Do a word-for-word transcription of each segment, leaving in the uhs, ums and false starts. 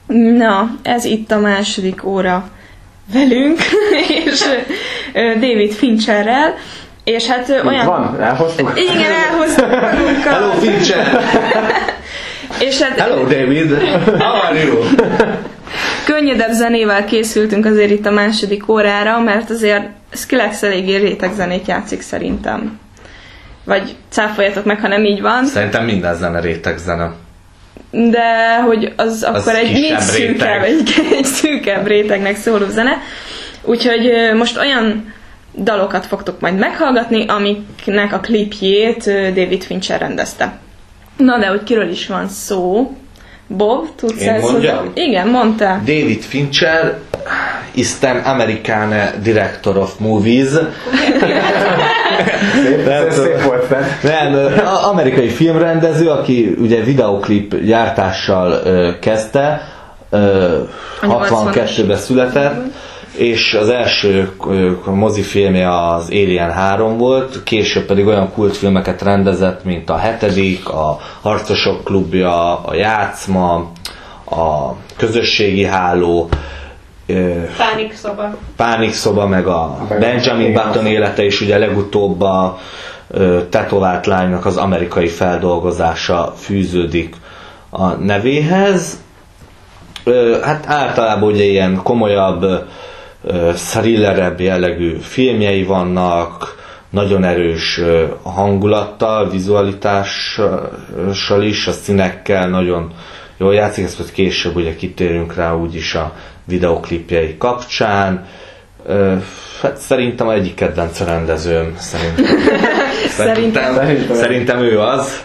Na, ez itt a második óra velünk, és David Fincherrel, és hát olyan... Van, elhoztuk? Igen, elhoztuk magunkkal. Hello Fincher! És hát... Hello David! How are you? Könnyedebb zenével készültünk azért itt a második órára, mert azért Skrillex eléggé réteg zenét játszik szerintem. Vagy cáfoljatok meg, ha nem így van. Szerintem minden zene réteg zene. De hogy az, az akkor egy még szűkebb, egy, egy szűkebb rétegnek szóló zene. Úgyhogy most olyan dalokat fogtok majd meghallgatni, amiknek a klipjét David Fincher rendezte. Na de hogy kiről is van szó? Bob, tudsz Én mondjam? Igen, mondta. David Fincher is an American director of movies. Szép, nem, szép volt fel. Nem, amerikai filmrendező, aki ugye videoklip gyártással uh, kezdte, uh, hatvankettőben született, és az első uh, mozifilmje az Alien három volt, később pedig olyan kultfilmeket rendezett, mint a Hetedik, a Harcosok klubja, a Játszma, a Közösségi háló, Pánikszoba. Pánikszoba, meg a Benjamin Button élete is, ugye legutóbb a tetovált lánynak az amerikai feldolgozása fűződik a nevéhez. Hát általában ugye ilyen komolyabb, thrillerebb jellegű filmjei vannak, nagyon erős hangulattal, vizualitással is, a színekkel nagyon jól játszik, ezt majd később ugye kitérünk rá úgyis a videoklipjei kapcsán. Hát szerintem egyik kedvenc rendezőm, szerintem. szerintem, szerintem. Szerintem ő az.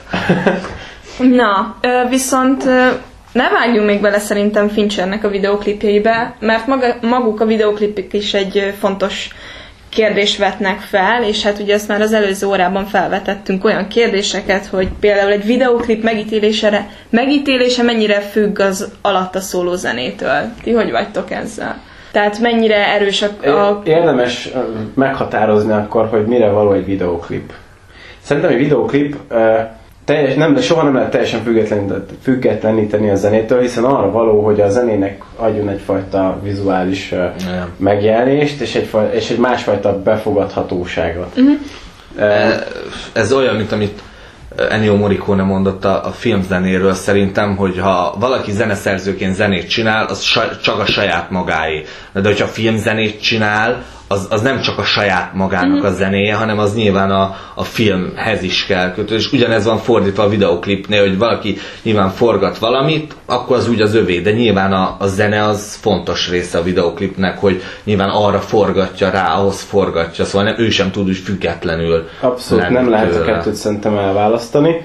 Na, viszont ne vágjunk még bele szerintem Finchernek a videoklipjeibe, mert maga, maguk a videoklipik is egy fontos kérdést vetnek fel, és hát ugye ezt már az előző órában felvetettünk olyan kérdéseket, hogy például egy videoklip megítélésére, megítélése mennyire függ az alatt a szóló zenétől. Ti hogy vagytok ezzel? Tehát mennyire erős a... a... Érdemes meghatározni akkor, hogy mire való egy videoklip. Szerintem egy videoklip teljes, nem, soha nem lehet teljesen függetleníteni a zenétől, hiszen arra való, hogy a zenének adjon egyfajta vizuális uh, megjelenést, és egy, és egy másfajta befogadhatóságot. Uh-huh. Uh, Ez olyan, mint amit Ennio Morricone mondott a, a filmzenéről szerintem, hogy ha valaki zeneszerzőként zenét csinál, az sa, csak a saját magáé. De hogyha filmzenét csinál, az, az nem csak a saját magának mm-hmm. a zenéje, hanem az nyilván a, a filmhez is kell kötő. És ugyanez van fordítva a videoklipnél, hogy valaki nyilván forgat valamit, akkor az úgy az övé, de nyilván a, a zene az fontos része a videoklipnek, hogy nyilván arra forgatja rá, ahhoz forgatja, szóval nem, ő sem tud úgy függetlenül. Abszolút nem lehet tőle. A kettőt szerintem elválasztani.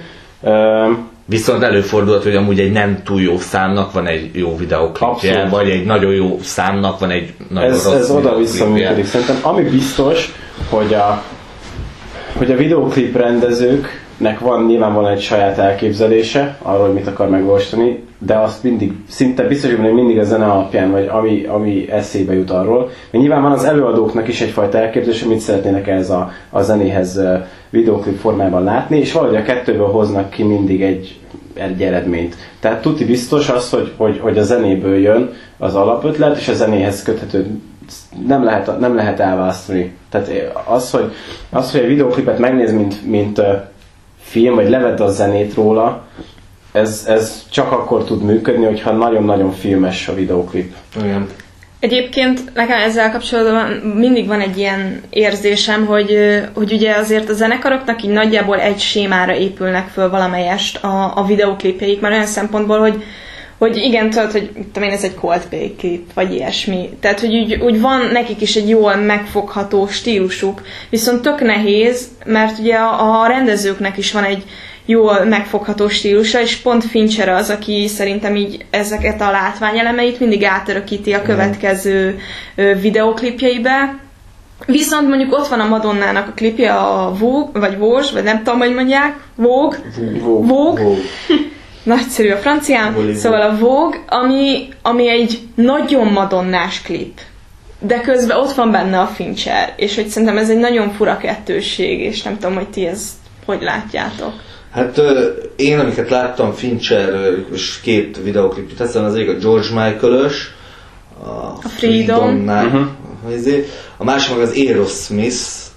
Um, Viszont előfordulhat, hogy amúgy egy nem túl jó számnak van egy jó videoklipje, vagy egy nagyon jó számnak van egy nagyon ez, rossz Ez oda-vissza működik. Szerintem ami biztos, hogy a, hogy a videoklip rendezőknek van nyilvánvalóan egy saját elképzelése arról, hogy mit akar megvalósítani, de azt mindig, szinte biztos, hogy mindig a zene alapján, vagy ami, ami eszébe jut arról. Mert nyilván van az előadóknak is egyfajta elképzelés, hogy mit szeretnének ez a, a zenéhez videoklip formában látni, és valahogy a kettőből hoznak ki mindig egy, egy eredményt. Tehát tuti biztos az, hogy, hogy, hogy a zenéből jön az alapötlet, és a zenéhez köthető nem lehet, nem lehet elválasztani. Tehát az, hogy, az, hogy egy videoklipet megnéz, mint, mint film, vagy levedd a zenét róla, ez, ez csak akkor tud működni, hogyha nagyon-nagyon filmes a videoklip. Igen. Egyébként nekem ezzel kapcsolatban mindig van egy ilyen érzésem, hogy, hogy ugye azért a zenekaroknak így nagyjából egy sémára épülnek föl valamelyest a, a videoklipjeik, már olyan szempontból, hogy, hogy igen, tudod, hogy tudom én, ez egy Coldplay klip, vagy ilyesmi. Tehát, hogy úgy, úgy van nekik is egy jól megfogható stílusuk, viszont tök nehéz, mert ugye a, a rendezőknek is van egy jól megfogható stílusa, és pont Fincher az, aki szerintem így ezeket a látványelemeit mindig átörökíti a következő videoklipjeibe. Viszont mondjuk ott van a Madonnának a klipje, a Vogue, vagy Vogue, vagy nem tudom, hogy mondják, Vogue, Vogue, Vogue. Vogue. Nagyszerű a francián, Vogue. Szóval a Vogue, ami, ami egy nagyon madonnás klip. De közben ott van benne a Fincher, és hogy szerintem ez egy nagyon fura kettősség, és nem tudom, hogy ti ezt hogy látjátok. Hát én, amiket láttam, Fincher és két videóklip teszem, az egyik a George Michael-ös, a, a Freedom, Freedom uh-huh. A másik meg az Aerosmith,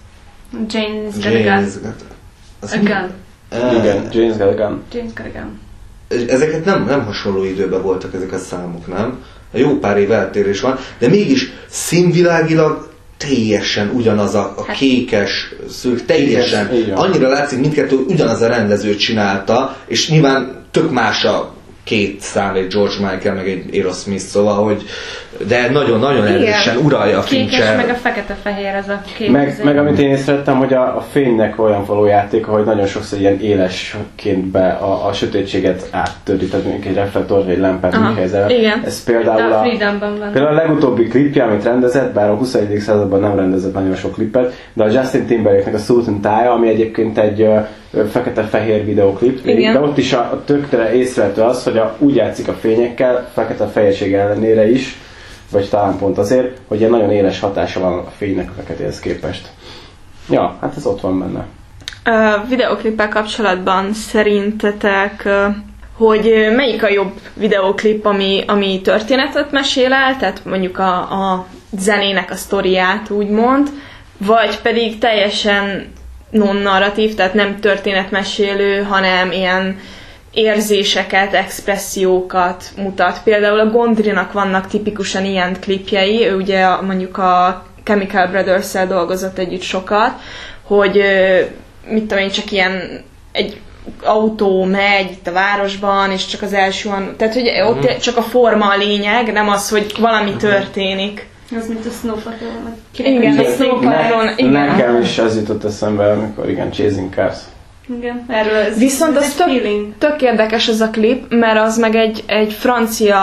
James James a Gun. Igen, James Got a Gun. James Got a Gun. Ezeket nem, nem hasonló időben voltak ezek a számok, nem? Jó pár év eltérés van, de mégis színvilágilag teljesen ugyanaz a, a kékes szők, teljesen. Igen, annyira látszik, mindkettő ugyanaz a rendező csinálta, és nyilván tök más a két szám, egy George Michael, meg egy Aerosmith, szóval, hogy de nagyon-nagyon erősen uralja a Fincher. Kékes, meg a fekete-fehér az a két. Meg, meg amit én észrevettem, hogy a, a fénynek olyan való játéka, hogy nagyon sokszor ilyen élesként be a, a sötétséget áttöri, tehát mondjuk egy reflektor, vagy egy lámpát helyzel. Ez például a, a, például a legutóbbi klipje, amit rendezett, bár a huszonegyedik században nem rendezett nagyon sok klipet, de a Justin Timberlake-nek a Suit and Tie, ami egyébként egy uh, fekete-fehér videoklip, de ott is a, a tökre észrevető az, hogy a, úgy játszik a fényekkel, fekete-fehérség ellenére is, vagy talán pont azért, hogy ilyen nagyon éles hatása van a fénynek a feketéhez képest. Ja, hát ez ott van benne. A videóklippel kapcsolatban szerintetek, hogy melyik a jobb videóklip, ami, ami történetet mesél el, tehát mondjuk a, a zenének a sztoriát úgymond, vagy pedig teljesen non-narratív, tehát nem történetmesélő, hanem ilyen érzéseket, expressziókat mutat. Például a Gondrynak vannak tipikusan ilyen klipjei, ő ugye mondjuk a Chemical Brothers-szel dolgozott együtt sokat, hogy mit tudom én, csak ilyen egy autó megy itt a városban, és csak az első van, tehát hogy ott mm-hmm. csak a forma a lényeg, nem az, hogy valami történik. Az, mint a Snow Patrol. Igen, a Snow Patrol. Ne, nekem is az jutott eszembe, amikor igen, Chasing Cars. Igen, erről ez, viszont ez az tök, tök érdekes az a klip, mert az meg egy, egy francia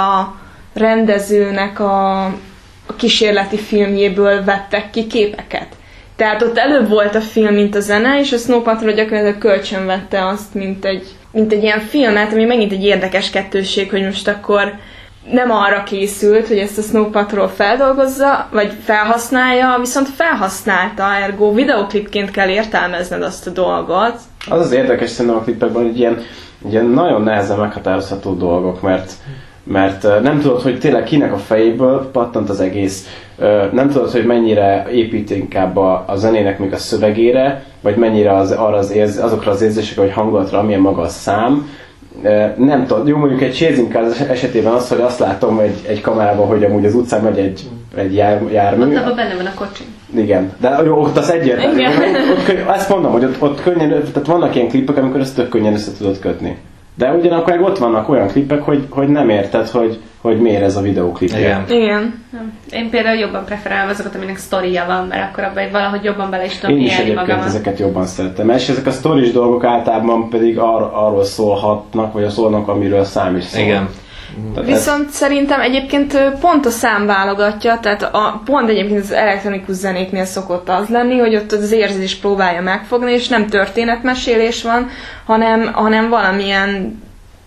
rendezőnek a, a kísérleti filmjéből vettek ki képeket. Tehát ott előbb volt a film, mint a zene, és a Snow Patrol gyakorlatilag kölcsönvette azt, mint egy, mint egy ilyen filmet, ami megint egy érdekes kettősség, hogy most akkor nem arra készült, hogy ezt a Snow Patrol feldolgozza, vagy felhasználja, viszont felhasználta, ergo videoklipként kell értelmezned azt a dolgot. Az az érdekes szerintem a klipekben, hogy ilyen, ilyen nagyon nehezen meghatározható dolgok, mert, mert nem tudod, hogy tényleg kinek a fejéből pattant az egész, nem tudod, hogy mennyire épít inkább a, a zenének még a szövegére, vagy mennyire az, arra az érz, azokra az érzésekre, vagy hangulatra, amilyen maga a szám. Nem tudom, jó, mondjuk egy Chasing Cars esetében az, hogy azt látom egy, egy kamerában, hogy amúgy az utcán megy egy, egy jár, jármű. Ott abban benne van a kocsi. Igen, de jó, ott az egyértelmű. Azt mondom, hogy ott, ott könnyen, tehát vannak ilyen klipek, amikor ezt tök könnyen össze tudod kötni. De ugyanakkor meg ott vannak olyan klipek, hogy, hogy nem érted, hogy, hogy miért ez a videóklip. Igen. Igen. Én például jobban preferálom azokat, aminek sztoria van, mert akkor abban valahogy jobban bele is tudom élni magamat. Én is egyébként ezeket jobban szeretem. És ezek a sztoris dolgok általában pedig ar- arról szólhatnak, vagy szólnak, amiről a szám is szól. Igen. Tehát viszont ez... szerintem egyébként pont a szám válogatja, tehát a, pont egyébként az elektronikus zenéknél szokott az lenni, hogy ott az érzés próbálja megfogni, és nem történetmesélés van, hanem, hanem valamilyen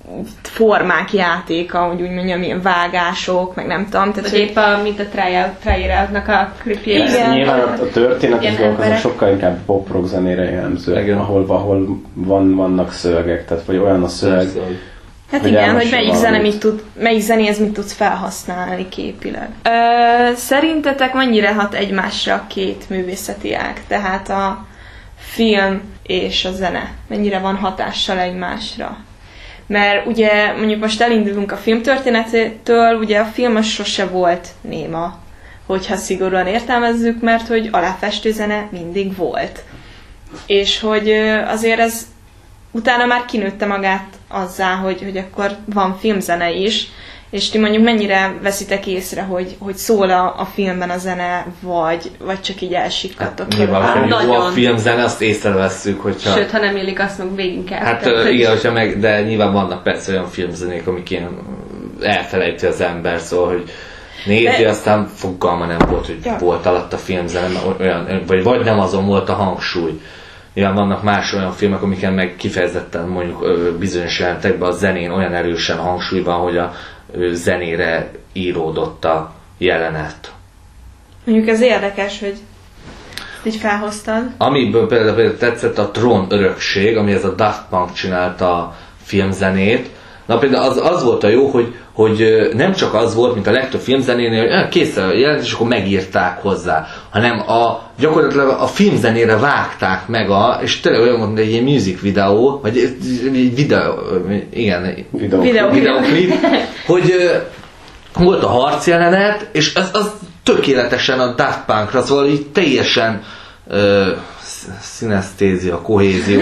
formák játéka, hogy úgy mondjam, ilyen vágások, meg nem tudom. Tehát, hogy épp a, mint a Tryer-nak a klipjében. Igen. Nyilván a történetes dolgok azok sokkal inkább pop-rock zenére jellemzőek, ahol, ahol van, vannak szövegek, tehát vagy olyan a szöveg. Hát hogy igen, hogy melyik, zene mit tud, melyik zenéhez mit tudsz felhasználni képileg. Ö, szerintetek mennyire hat egymásra a két művészeti ág? Tehát a film és a zene. Mennyire van hatással egymásra? Mert ugye mondjuk most elindulunk a filmtörténetétől, ugye a film az sose volt néma, hogyha szigorúan értelmezzük, mert hogy aláfestő zene mindig volt. És hogy azért ez utána már kinőtte magát azzá, hogy, hogy akkor van filmzene is, és ti mondjuk mennyire veszitek észre, hogy, hogy szól a, a filmben a zene, vagy, vagy csak így elsikkatok? Hát, nyilván, ha jó a filmzene, azt észrevesszük, hogyha... Sőt, ha nem illik, azt meg végig kell. Hát tehát, igen, hogy... hogyha meg, de nyilván vannak persze olyan filmzenék, amik ilyen elfelejti az ember, szóval, hogy nézi, de... aztán fogalma nem volt, hogy ja. volt alatt a filmzene, olyan, vagy, vagy nem azon volt a hangsúly. Nyilván vannak más olyan filmek, amiken meg kifejezetten mondjuk bizonyos jelentekben a zenén olyan erősen hangsúly van, hogy a zenére íródott a jelenet. Mondjuk ez érdekes, hogy így felhoztad. Amiből például, például tetszett a Tron örökség, ami ez a Daft Punk csinálta a filmzenét. Na például az, az volt a jó, hogy, hogy nem csak az volt, mint a legtöbb filmzenénél, hogy kész a jelent, és akkor megírták hozzá, hanem a, gyakorlatilag a filmzenére vágták meg, a, és tényleg olyan volt, mint egy ilyen music videó, vagy egy videó, igen, Videóklip. videóklip, hogy volt a harcjelenet, és az, az tökéletesen a Daft Punkra, szóval így teljesen uh, szinesztézia, kohézió.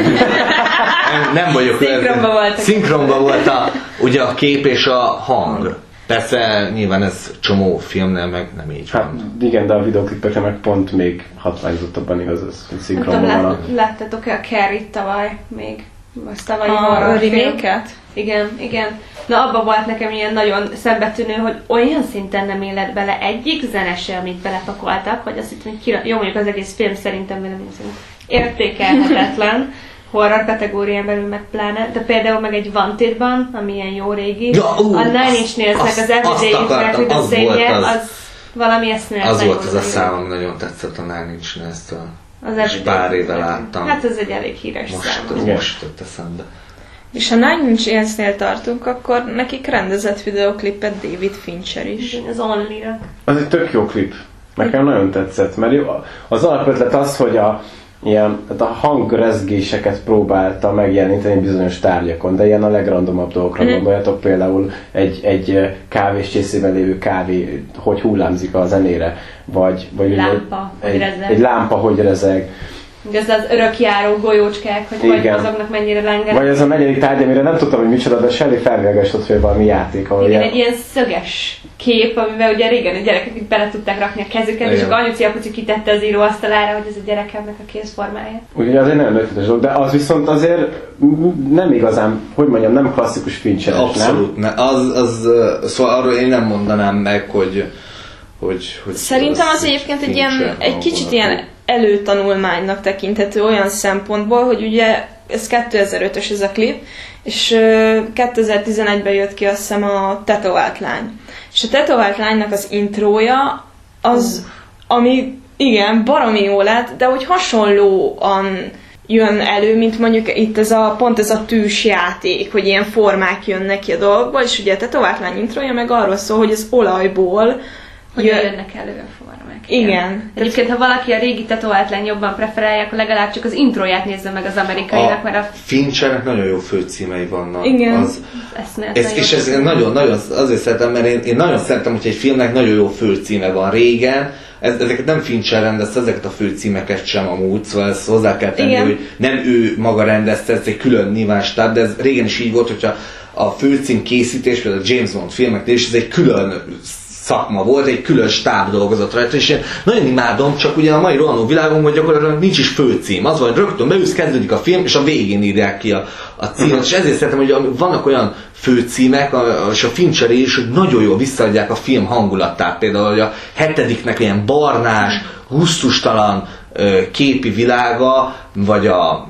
Nem, nem vagyok Szinkronban volt. Szinkronban volt a, ugye a kép és a hang. Persze nyilván ez csomó filmnél meg nem így van. Hát igen, de a videoklipekre meg pont még hatványozottabban igaz ez, hogy szinkronban van a... Láttátok-e a Carrie-t tavaly még? Azt tavalyi A horror film. remake-et? Igen, igen. Na abban volt nekem ilyen nagyon szembetűnő, hogy olyan szinten nem élet bele egyik zenese, amit belepakoltak, hogy azt hittem, hogy kira... jó, mondjuk az egész film szerintem véleményem szerint értékelhetetlen, horror kategórián belül meg pláne, de például meg egy Wantedban, ami ilyen jó régi, ja, uh, a Nine Inch Nailsnek az Everyday Is Like a Szénye, az, az valami eszméletlen. Az volt az a szám, ami nagyon tetszett a Nine Inch Nails-től. Az és pár éve láttam. Hát ez egy elég híres most, szám. Most, most jött eszembe. És ha Nine Inch Nails-nél tartunk, akkor nekik rendezett videoklipet David Fincher is. Az Only-ra. Az egy tök jó klip. Nekem nagyon tetszett, mert jó, az alapötlet az, hogy a, ilyen, a hangrezgéseket próbálta megjeleníteni bizonyos tárgyakon, de ilyen a legrandomabb dolgokra mm. gondoljatok, például egy, egy kávés csészében lévő kávé, hogy hullámzik a zenére, vagy, vagy lámpa, egy, hogy egy, egy lámpa, hogy rezeg. Ez az örökjáró golyócskák, hogy hogy mozognak, mennyire lengenek. Vagy ez a negyedik tárgy, amire nem tudtam, hogy micsoda, de Shelly felvilágosodott, hogy valami játék. Ahol igen, ilyen... egy ilyen szöges kép, amiben ugye régen a gyerekek itt bele tudták rakni a kezüket, igen. És akkor anyuci apuci kitette az íróasztalára, hogy ez a gyerekemnek a kézformája. Ugye az egy nagyon ötletes dolog, de az viszont azért nem igazán, hogy mondjam, nem klasszikus Fincheres, abszolút, nem? Ne. Az, az, szóval arról én nem mondanám meg, hogy... hogy, hogy szerintem az, az egyébként egy, ilyen, egy kicsit ilyen előtanulmánynak tekinthető olyan szempontból, hogy ugye ez kétezer-ötös ez a klip, és kétezer-tizenegyben jött ki azt hiszem a Tetovált lány. És a Tetovált lánynak az intrója az, ami igen, baromi jó lett, de hogy hasonlóan jön elő, mint mondjuk itt ez a, pont ez a tűs játék, hogy ilyen formák jönnek ki a dolgokból, és ugye a Tetovált lány intrója meg arról szól, hogy az olajból hogy jön... jönnek elő a formák. Igen. igen. Egyébként, ha valaki a régi Tetovált lány jobban preferálja, akkor legalább csak az intróját nézze meg az amerikainak, mert a... Finchernek nagyon jó főcímei vannak. Igen. Az... Ez, és ez nagyon-nagyon azért szeretem, mert én, én nagyon szeretem, hogy egy filmnek nagyon jó főcíme van régen. Ez, ezeket nem Fincher rendezte, ezeket a főcímeket sem amúgy, szóval ezt hozzá kell tenni, igen. Hogy nem ő maga rendezte, ez egy külön nyilván stáb, de ez régen is így volt, hogyha a főcím készítés, például a James Bond filmeknél, és ez egy külön szakma volt, egy külön stáb dolgozott rajta, és én nagyon imádom, csak ugye a mai rohanó világunkban gyakorlatilag nincs is főcím. Az van, hogy rögtön beülsz, kezdődik a film, és a végén írják ki a, a címet, és ezért szeretem, hogy vannak olyan főcímek, és a Fincher is, hogy nagyon jól visszaadják a film hangulatát. Például, hogy a hetediknek ilyen barnás, gusztustalan képi világa, vagy a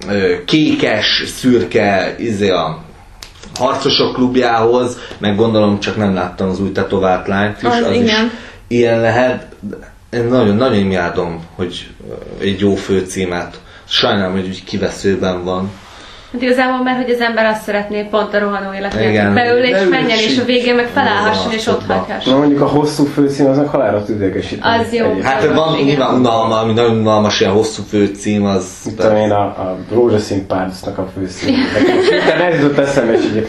kékes, szürke, izé a harcosok klubjához, meg gondolom csak nem láttam az új Tetovált lányt is, az, az is ilyen lehet. Én nagyon-nagyon imádom, hogy egy jó főcímet. Sajnálom, hogy úgy kiveszőben van. Hát igazából már, hogy az ember azt szeretné pont a rohanó életnek beül és menjen, és a végén meg felállhasson és ott hagyhasson. Na mondjuk a hosszú főcím aznak halálra tüdékesíteni. Az jó. Hát van nyilván unalma, ami nagyon unalmas, ilyen hosszú főcím, az... Itt tudom én a, a rózsaszín párducnak a főcím. De nem jutott eszembe, és így...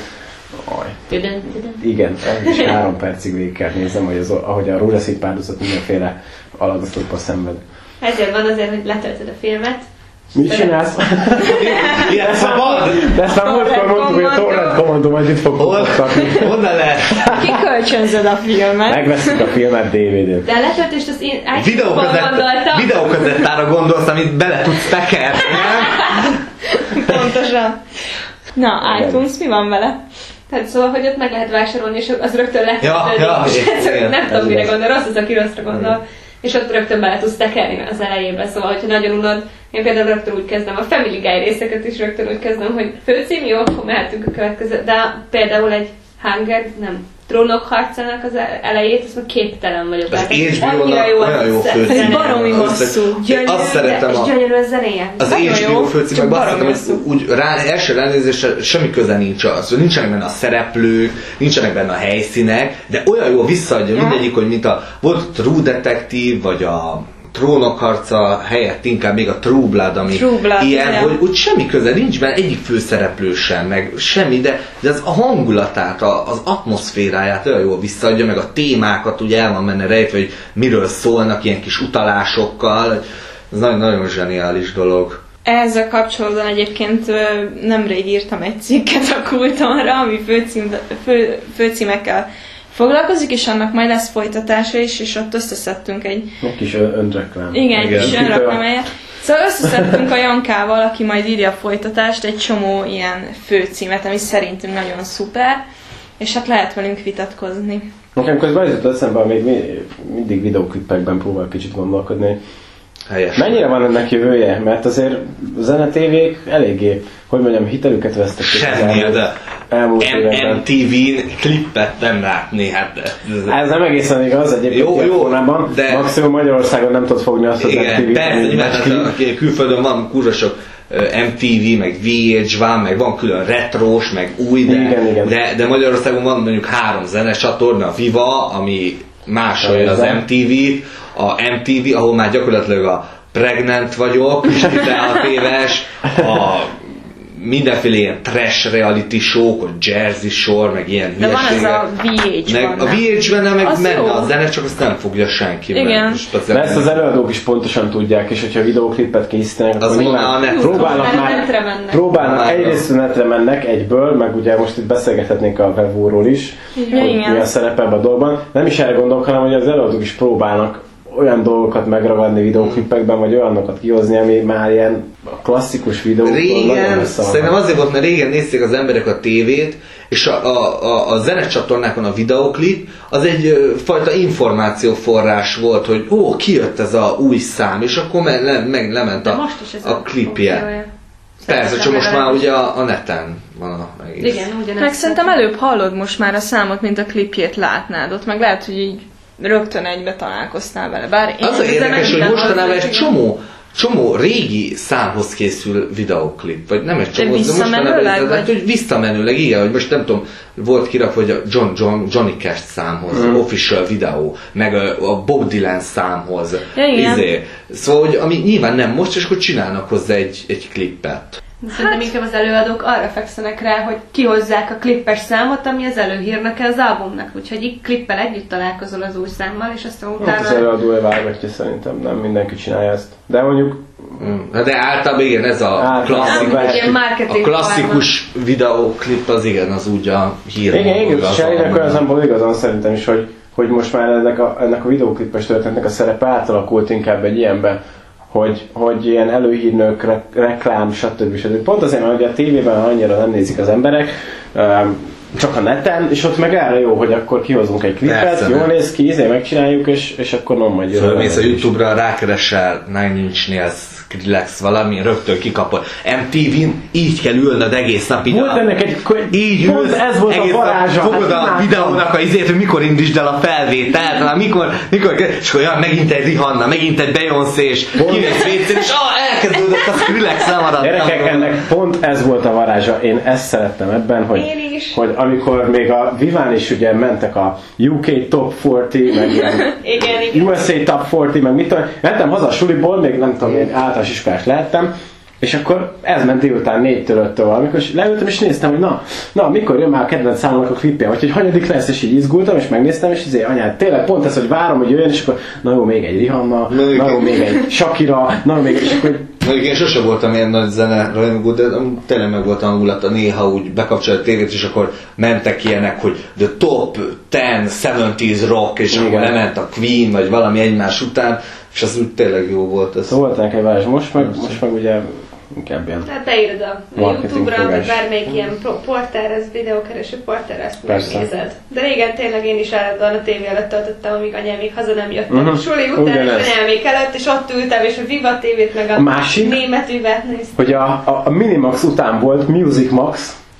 Igen, és három percig végig kell nézem, hogy az, ahogy a rózsaszín párducot mindenféle alakzatokba szenved. Ezért van azért, hogy letöltöd a filmet. Mit csinálsz? Ilyen szabad? De ezt már múltkor mondtuk, hogy a torrent kommandó majd itt fog foglalkozni. Honnan lehet? Kikölcsönzöd a filmet. Megveszünk a filmet dé vé dén. De a letöltést azt én iTunes-ból gondoltam. Videókazettára gondolsz, amit bele tudsz tekerni, pontosan. Na, iTunes, mi van vele? Tehát szóval, hogy ott meg lehet vásárolni, és az rögtön letöltődik. Ja, ja, nem tudom, mire gondol, rossz az, aki rosszra gondol. És ott rögtön bele tudsz tekerni az elejébe, szóval, hogyha nagyon unod, én például rögtön úgy kezdem, a Family Guy részeket is rögtön úgy kezdem, hogy főcím, jó, akkor mehetünk a következő, de például egy Hunger, nem, Trónok harcának az elejét, azt már képtelen vagyok. Az há bé annyira jó, olyan jó Ez baromi hosszú. Gyönyörű, azt szeretem és a... gyönyörű a zenéje. Az há bé o főcímek, azt szeretem, hogy úgy rá, első ránézésre semmi köze nincs az, hogy nincsenek benne a szereplők, nincsenek benne a helyszínek, de olyan jól visszaadja mindegyik, hogy mint a volt a True Detective, vagy a Trónok harca helyett inkább még a True Blood, ami True Blood, ilyen, igen. hogy úgy semmi köze nincs benne egyik főszereplő sem, meg semmi, de, de az a hangulatát, a, az atmoszféráját olyan jól visszaadja, meg a témákat ugye el van benne rejtve, hogy miről szólnak ilyen kis utalásokkal. Ez nagyon, nagyon zseniális dolog. Ezzel kapcsolatban egyébként ö, nemrég írtam egy cikket a Kultonra, ami főcím, fő, főcímekkel foglalkozik, és annak majd lesz folytatása is, és ott összeszedtünk egy... Egy kis önreklám. Igen, egy Igen. kis önreklámhelye. Szóval összeszedtünk a Jankával, aki majd írja a folytatást, egy csomó ilyen főcímet, ami szerintünk nagyon szuper, és hát lehet velünk vitatkozni. Nekem közben az jutott eszembe, még mindig videóklipekben próbál kicsit gondolkodni. Helyes. Mennyire van ennek jövője? Mert azért zenetévék eléggé, hogy mondjam, hitelüket vesztették az Semmi, elmúlt, de elmúlt em években. té vén klippet nem látni, hát ez, Ez nem egészen igaz, egyébként Jó, ilyen jó, formában. de- Maximum Magyarországon nem tudod fogni azt az em té igen, vét, persze, ami nyilván, más hát klip. a külföldön van kurva sok ö, em té vé, meg vé há van, meg van külön retrós, meg új, de, Igen, igen. de, de Magyarországon van mondjuk három zenecsatorna, a Viva, ami másolja az Igen. em té vét, a em té vé, ahol már gyakorlatilag a Pregnant vagyok, és tizenhat éves, a mindenféle ilyen trash reality show, hogy Jersey Shore, meg ilyen De van ez hülyeségek. a vé há Meg van. a vé há-ben meg Az menne jó. a zene, csak azt nem fogja senki. mert Igen. speciál- De ezt az előadók is pontosan tudják, és hogyha videóklipet készítenek, Az akkor van nyilván a net- próbálnak Már már, netre mennek. próbálnak Már egyrészt a netre mennek egyből, meg ugye most itt beszélgethetnénk a Vevóról is, Ja, hogy igen. mi a szerepe ebben a dolgban. Nem is erre gondolok, hanem hogy az előadók is próbálnak olyan dolgokat megragadni videóklipekben, vagy olyanokat kihozni, ami már ilyen klasszikus videók. Régen, szerintem azért volt, mert régen nézték az emberek a tévét, és a, a, a, a zenecsatornákon a videóklip, az egy ö, fajta információforrás volt, hogy ó, kijött ez a új szám, és akkor me, le, meg lement De a, most is ez a klipje. opciója. Persze, Szerintem csak most már legalábbis. ugye a, a neten van a egész. Igen, ugyanezt. Meg szerintem előbb hallod most már a számot, mint a klipjét látnád ott, meg lehet, hogy így rögtön egybe találkoztál vele. Bár én Az a ezzel érdekes, nem hogy hiszem, mostanában hogy- egy csomó, csomó régi számhoz készül videóklip, vagy nem egy csomó, De visszamenőleg, mostanában, vagy? hát, hogy visszamenőleg, igen, hogy most nem tudom, volt kirakva, hogy a John, John, Johnny Cash számhoz, mm. official videó, meg a, a Bob Dylan számhoz, Ja, igen. izé. Szóval, hogy ami nyilván nem most, és akkor csinálnak hozzá egy, egy klippet. Szerintem inkább az előadók arra fekszenek rá, hogy kihozzák a klippes számot, ami az előhírnak az albumnak. Úgyhogy így klippel együtt találkozol az új számmal, és aztán Hát utána... az előadója válogatja szerintem, nem mindenki csinálja ezt. De mondjuk Mm. De általában igen, ez a Általában klasszikus, lehet. Ilyen a marketing klasszikus videóklip az igen, az úgy a hír. igen, igen, az Sherrynek olyan albumnak. szempontból igazán szerintem is, hogy, hogy most már ennek a, ennek a videóklipes történetnek a szerepe átalakult inkább egy ilyenbe, hogy, hogy ilyen előhírnők, re, reklám, stb. stb. Pont azért, mert ugye a tévében annyira nem nézik az emberek, um, csak a neten, és ott meg erre jó, hogy akkor kihozunk egy klipet, Persze, jól nem. néz ki, izé megcsináljuk, és, és akkor nem majd jön. Fölmész a YouTube-ra, rákeresel Nine Inch Nails, Skrillex, valami, rögtön kikapod. em té vén így kell ülnöd egész nap. Így Volt a, ennek egy... így pont ülsz, ez volt a egész nap varázsa. fogod hát a imádtam. videónak a izét, hogy mikor indítsd el a felvételt, már mikor, mikor, és akkor ja, megint egy Rihanna, megint egy Beyoncé, és kimész vécén, és ah, elkezdődött a Skrillex, lemaradtam. Gyerekek, ennek pont ez volt a varázsa. Én ezt szerettem ebben, hogy, Én is. hogy amikor még a Viván is ugye mentek a u ká Top negyven, meg ilyen Igen, igen. u es á Top negyven, meg mit tudom, mentem haza a suliból, még nem tudom, én általános iskolás lehettem, és akkor ez ment délután négytől öttől valamikor, és leültem és néztem, hogy na, na, mikor jön már a kedvenc számomnak a klipje, vagy hogy hanyadik lesz, és így izgultam, és megnéztem, és izé, anyád, tényleg pont ez, hogy várom, hogy jöjjön, és akkor na jó, még egy Rihanna, na jó, még egy Shakira, na jó, még egy, és akkor Mondjuk én sose voltam ilyen nagy zene rajongó, de tényleg meg volt a hangulata, néha úgy bekapcsolja a tévét, és akkor mentek ilyenek, hogy the top tíz hetvenes rock, és Igen. akkor lement a Queen, vagy valami egymás után, és az úgy tényleg jó volt. Ez. szóval volt ennek egy varázs. Most meg, most meg ugye inkább ilyen. Hát beírod a Marketing YouTube-ra, vagy fogás. bármelyik ilyen pro- portál, ez videókereső portál, ezt Persze. megnézed. De régen tényleg én is állandóan a tévé előtt töltöttem, amíg anyám még haza nem jöttem. Mhm. Uh-huh. Suli után, Ugyanez. és anyám még előtt, és ott ültem, és a Viva tévét, meg a, A másik? német üvet néztem. Hogy a, a, a Minimax után volt Music Max,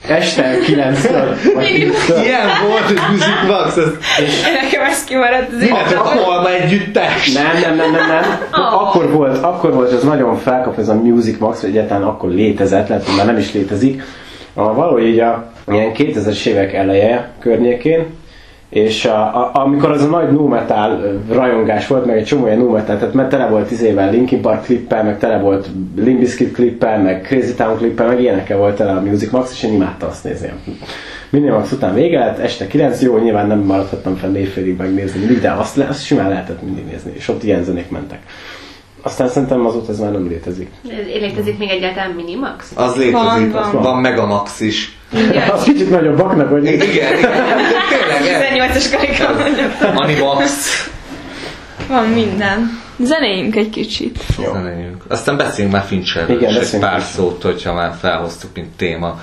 este kilenckor, vagy tízkor. Ilyen volt, hogy Music Box, ez... Nekem ez kimaradt az Illetve a Kolma együttes. Nem, nem, nem, nem, nem. Oh. Akkor volt, akkor volt, ez nagyon felkap ez a Music Box, hogy egyáltalán akkor létezett, lehet, hogy már nem is létezik. A, valahogy így a ilyen kétezres évek eleje környékén, és a, a, amikor az a nagy nu metal rajongás volt, meg egy csomó ilyen nu metal, tehát mert tele volt izével Linkin Park klippel, meg tele volt Limp Bizkit klippel, meg Crazy Town klippel, meg ilyenekkel volt tele a Music Box, és én imádtam azt nézni. Minimax után vége lett, este kilenc, jó, nyilván nem maradhattam fel négy félig megnézni mindig, de azt, le, azt simán lehetett mindig nézni, és ott ilyen zenék mentek. Aztán szerintem azóta ez már nem létezik. Létezik még egyáltalán Minimax? Az létezik, Van, van, van. van Megamax is. Az kicsit nagyobbaknak, hogy... Igen, igen. Tényleg, tizennyolcas karika mondjuk. Animax. Van minden. Zenéljünk egy kicsit. Zenéljünk. Aztán beszéljünk már Fincherről Igen, is egy beszéljünk pár is. szót, hogyha már felhoztuk, mint téma.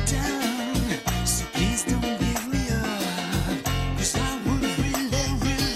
Please don't give me up, 'cause I would really, really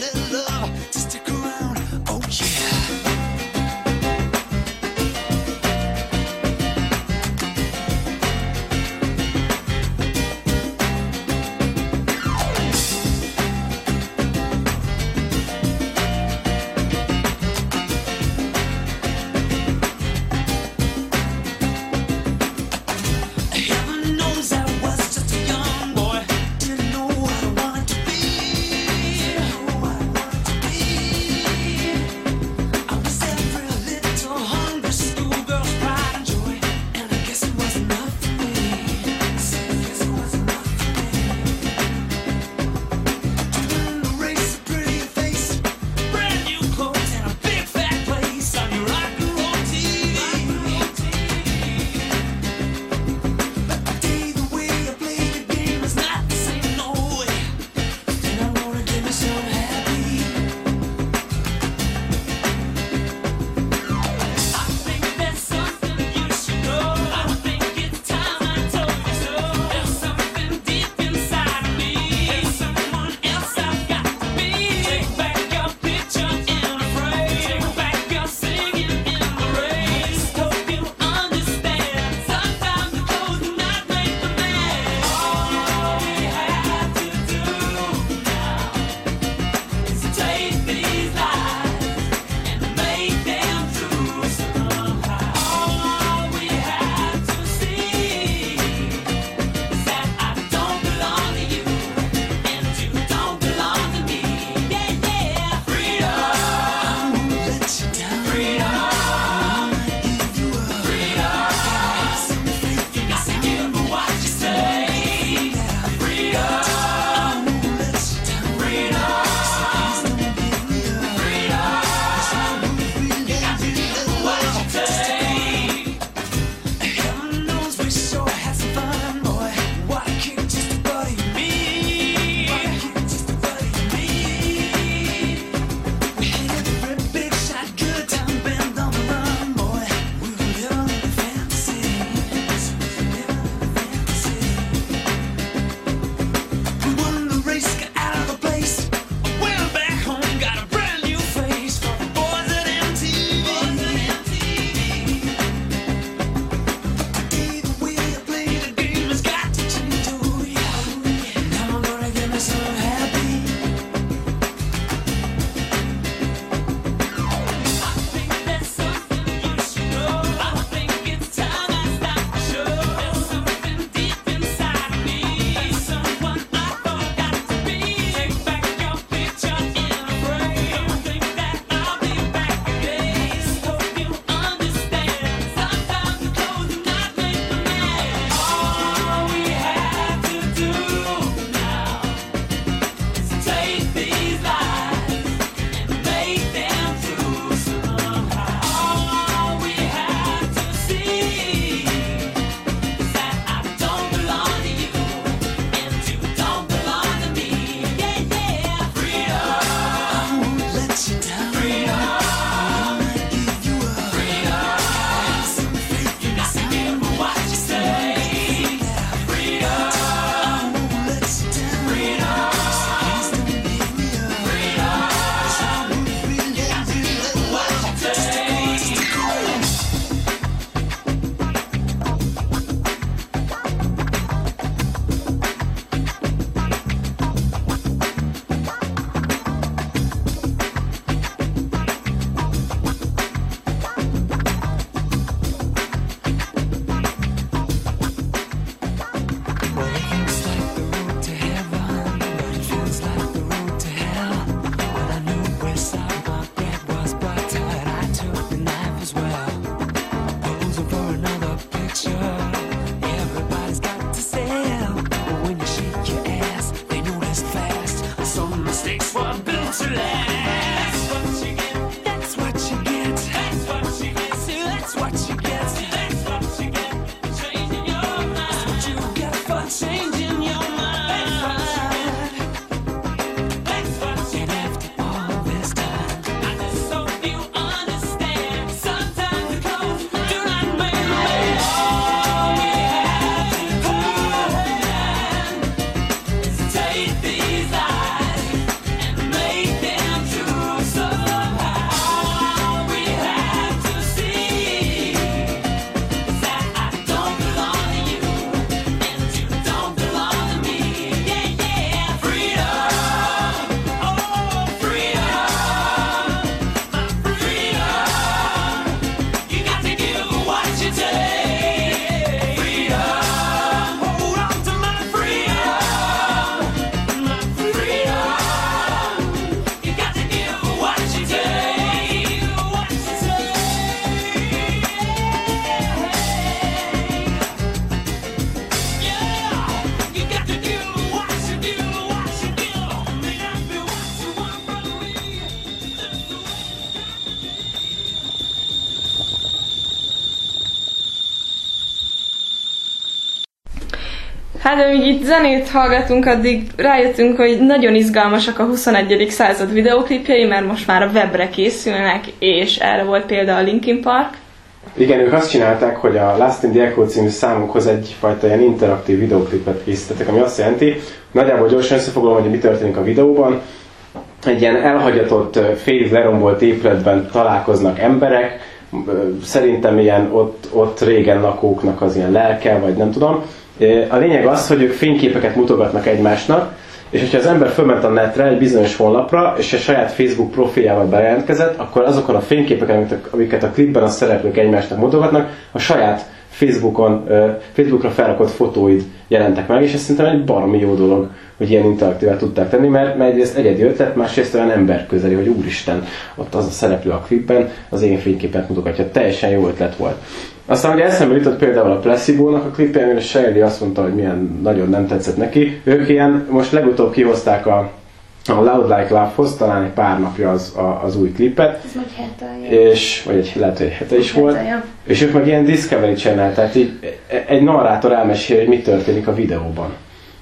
Hát amíg itt zenét hallgatunk, addig rájöttünk, hogy nagyon izgalmasak a huszonegyedik század videóklipjei, mert most már a webre készülnek, és erre volt példa a Linkin Park. Igen, ők azt csinálták, hogy a Last in the Echo című számukhoz egyfajta ilyen interaktív videóklipet készítettek, ami azt jelenti, nagyjából gyorsan összefoglalom, hogy mi történik a videóban. Egy ilyen elhagyatott, félig lerombolt épületben találkoznak emberek, szerintem ilyen ott, ott régen lakóknak az ilyen lelke, vagy nem tudom. A lényeg az, hogy ők fényképeket mutogatnak egymásnak, és hogyha az ember fölment a netre egy bizonyos honlapra, és a saját Facebook profiljával bejelentkezett, akkor azokon a fényképeken, amiket a klipben a szereplők egymásnak mutogatnak, a saját Facebookon, Facebookra felrakott fotóid jelentek meg, és ez szerintem egy baromi jó dolog, hogy ilyen interaktívát tudták tenni, mert, mert egyrészt egyedi ötlet, másrészt olyan ember közeli, hogy úristen, ott az a szereplő a klipben, az én fényképet mutogatja. Teljesen jó ötlet volt. Aztán ugye eszembe jutott például a Placebo-nak a klipje, amire Shelley azt mondta, hogy milyen nagyon nem tetszett neki. Ők ilyen, most legutóbb kihozták a, a Loud Like Love-hoz, talán egy pár napja az, a, az új klipet. Ez majd hete, és, vagy egy, lehet, hogy egy hete is volt. Hete, és ők meg ilyen Discovery Channel, tehát így egy narrátor elmeséli, hogy mi történik a videóban.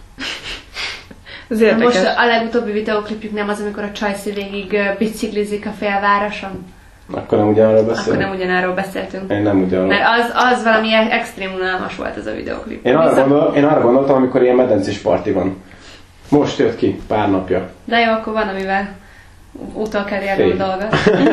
Ez érdekes. Most a legutóbbi videóklipjük nem az, amikor a Csajci végig biciklizik a félvároson? Akkor nem ugyanarról beszéltünk? Akkor nem ugyanarról beszéltünk. Én nem ugyanarról. Mert az, az valami extrém unalmas volt ez a videóklip. Én arra, gondol, én arra gondoltam, amikor ilyen medencés parti van. Most jött ki, pár napja. De jó, akkor van, amivel útól kell érni a dolgot.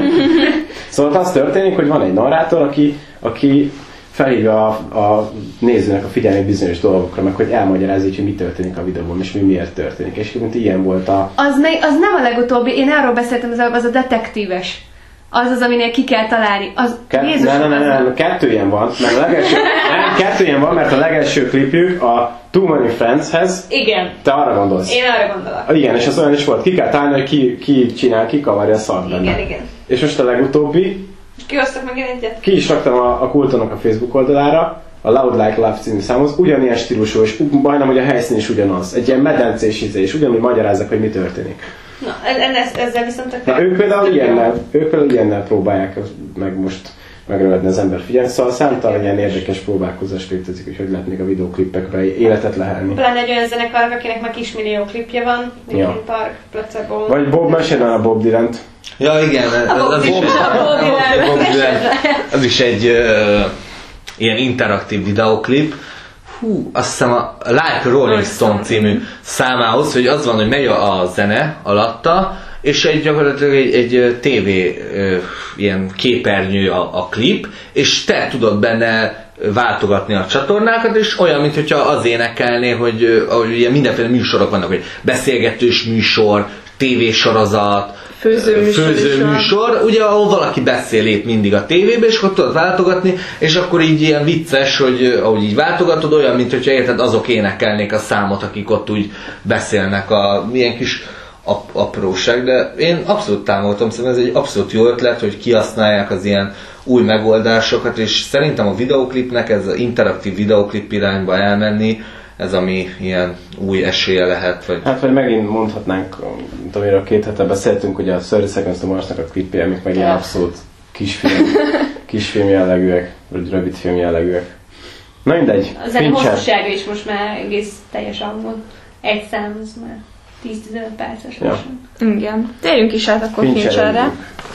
Szóval az történik, hogy van egy narrátor, aki, aki felhívja a, a nézőnek a figyelmét bizonyos dolgokra, meg hogy elmagyarázza, hogy mi történik a videóban, és mi miért történik. És mint ilyen volt a... Az, még, az nem a legutóbbi, én arról beszéltem, az a, az a detektíves. Az az, aminél ki kell találni. Az Ke- Jézus, ne, ne, ne, ne, ne, kettő ilyen van, mert a legelső, nem, kettő ilyen van, mert a legelső klipjük a Too Many Friendshez. Igen. Te arra gondolsz. Én arra gondolok. Igen, és az olyan is volt, ki kell találni, hogy ki, ki csinál, ki kavarja a szart benne. Igen, igen. És most a legutóbbi, Kihoztak meg egyet. ki is raktam a, a Kultonak a Facebook oldalára, a Loud Like Love című számhoz, ugyanilyen stílusú, és majdnem, hogy a helyszín is ugyanaz. Egy ilyen medencés íze, és ugyanúgy magyarázzak, hogy mi történik. Na, ez, ezzel viszont Na, ők például ilyennel, ők például ilyennel próbálják meg most megragadni az ember figyelmet, szóval számtalan ilyen érdekes próbálkozás létezik, hogy hogy lehetnék a videóklippekre életet lehelni. Pláne egy olyan zenekar, akinek már kismillió klipje van, Linkin ja. Park, Placebo. Vagy Bob, mesélne a Bob Dylan-t. Ja, igen, az, az, az, is, egy, Bob Dylan, az is egy uh, ilyen interaktív videóklip. Hú, azt hiszem a Like a Rolling Stone című számához, hogy az van, hogy megy a zene alatta, és egy gyakorlatilag egy, egy tévé ilyen képernyő a, a klip, és te tudod benne váltogatni a csatornákat, és olyan, mintha az énekelné, hogy, hogy ilyen mindenféle műsorok vannak, hogy beszélgetős műsor, tévésorozat, főzőműsor, főzőműsor, ugye ahol valaki beszél épp mindig a tévébe, és akkor tudod váltogatni, és akkor így ilyen vicces, hogy ahogy így váltogatod, olyan, mint hogyha érted, azok énekelnék a számot, akik ott úgy beszélnek a milyen kis ap- apróság, de én abszolút támogatom, szerintem ez egy abszolút jó ötlet, hogy kihasználják az ilyen új megoldásokat, és szerintem a videóklipnek ez az interaktív videóklip irányba elmenni, ez ami ilyen új esélye lehet. Vagy... Hát vagy megint mondhatnánk, mint amiről két hete beszéltünk, hogy a thirty Seconds to Marsnak a klipje, amik meg ilyen abszolút kisfilm, kisfilm jellegűek, vagy rövidfilm jellegűek. Na mindegy. A zene hosszúsága is most már egész teljes album. Egy szám, az már tíz-tizenöt perces. Ja. Igen. Térjünk is át akkor Fincherre.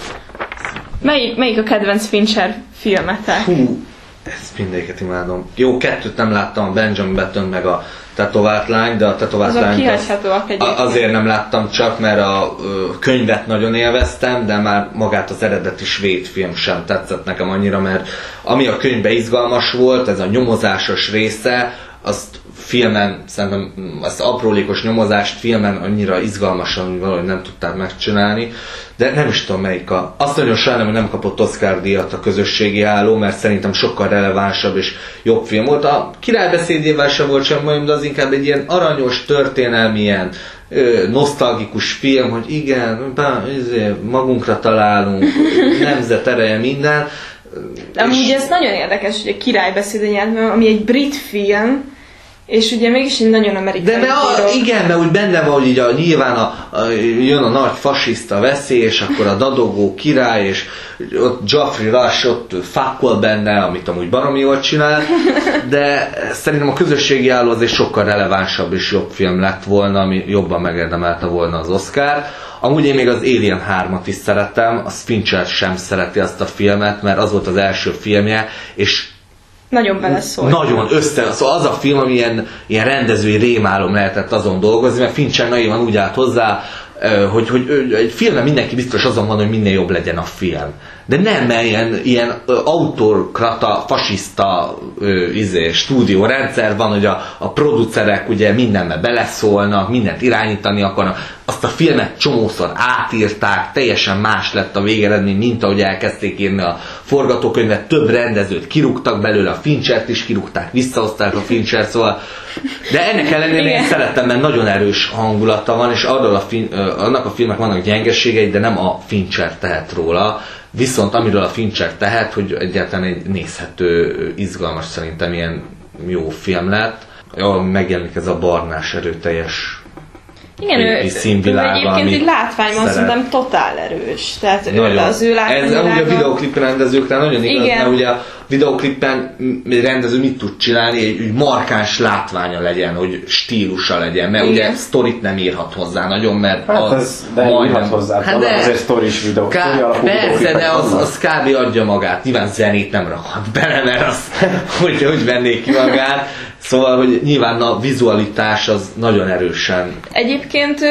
Melyik, melyik a kedvenc Fincher filmetek? Hú, ezt mindegyiket imádom. Jó, kettőt nem láttam, a Benjamin Button meg a Tetovált lány, de a Tetovált lányt azért nem láttam csak, mert a ö, könyvet nagyon élveztem, de már magát az eredeti svéd film sem tetszett nekem annyira, mert ami a könyvben izgalmas volt, ez a nyomozásos része, azt filmen, szerintem ezt aprólékos nyomozást filmen annyira izgalmasan, hogy valahogy nem tudták megcsinálni, de nem is tudom melyik a... Azt nagyon sajnálom, hogy nem kapott Oscar-díjat a Közösségi Álló, mert szerintem sokkal relevánsabb és jobb film volt. A királybeszédével sem volt sem bajom, de az inkább egy ilyen aranyos, történelmi, ilyen ö, nosztalgikus film, hogy igen, bá, ezért magunkra találunk, nemzet ereje, minden. Amúgy ez nagyon érdekes, hogy a királybeszéd, ami egy brit film, és ugye mégis egy nagyon amerikai De mert a, igen, mert úgy benne van, hogy így a, nyilván a, a, jön a nagy fasiszta veszély, és akkor a dadogó király, és ott Geoffrey Rush ott fakkol benne, amit amúgy baromi jól csinál, de szerintem a közösségi álló azért sokkal relevánsabb és jobb film lett volna, ami jobban megérdemelte volna az Oscar. Amúgy én még az Alien hármat is szeretem, a Fincher sem szereti azt a filmet, mert az volt az első filmje, és nagyon beleszólt. Nagyon össze, szóval az a film, ami ilyen, ilyen rendezői rémálom lehetett azon dolgozni, mert Fincher naivan úgy állt hozzá, hogy, hogy egy filmben mindenki biztos azon van, hogy minél jobb legyen a film. De nem, mert ilyen, ilyen autorkrata, fasiszta izé, stúdiórendszer van, hogy a, a producerek ugye mindenbe beleszólnak, mindent irányítani akarnak. Azt a filmet csomószor átírták, teljesen más lett a végeredmény, mint ahogy elkezdték írni a forgatókönyvet. Több rendezőt kirúgtak belőle, a Finchert is kirúgták, visszahozták a Finchert, szóval. De ennek ellenére én szeretem, mert nagyon erős hangulata van, és arról a fin- annak a filmnek vannak gyengeségei, de nem a Fincher tehet róla. Viszont amiről a Fincher tehet, hogy egyáltalán egy nézhető, izgalmas, szerintem ilyen jó film lett. Jól megjelenik ez a barnás, erőteljes igen, ő, színvilágban, ő egyébként egy látványban szerintem totál erős. Tehát nagyon. Ő, az ő látványvilága... Ez ugye a videoklip rendezőknél nagyon igaz, igen. mert ugye a videoklippen egy rendező mit tud csinálni, egy, egy markáns látványa legyen, hogy stílusa legyen, mert igen. ugye sztorit nem írhat hozzá nagyon, mert hát az ez, de majdnem írhat hozzá, hát de azért sztoris videó. Ká- persze, de az, az kb. Adja magát, nyilván zenét nem rakhat bele, mert az, hogy, hogy vennék ki magát. Szóval, hogy nyilván a vizualitás az nagyon erősen. Egyébként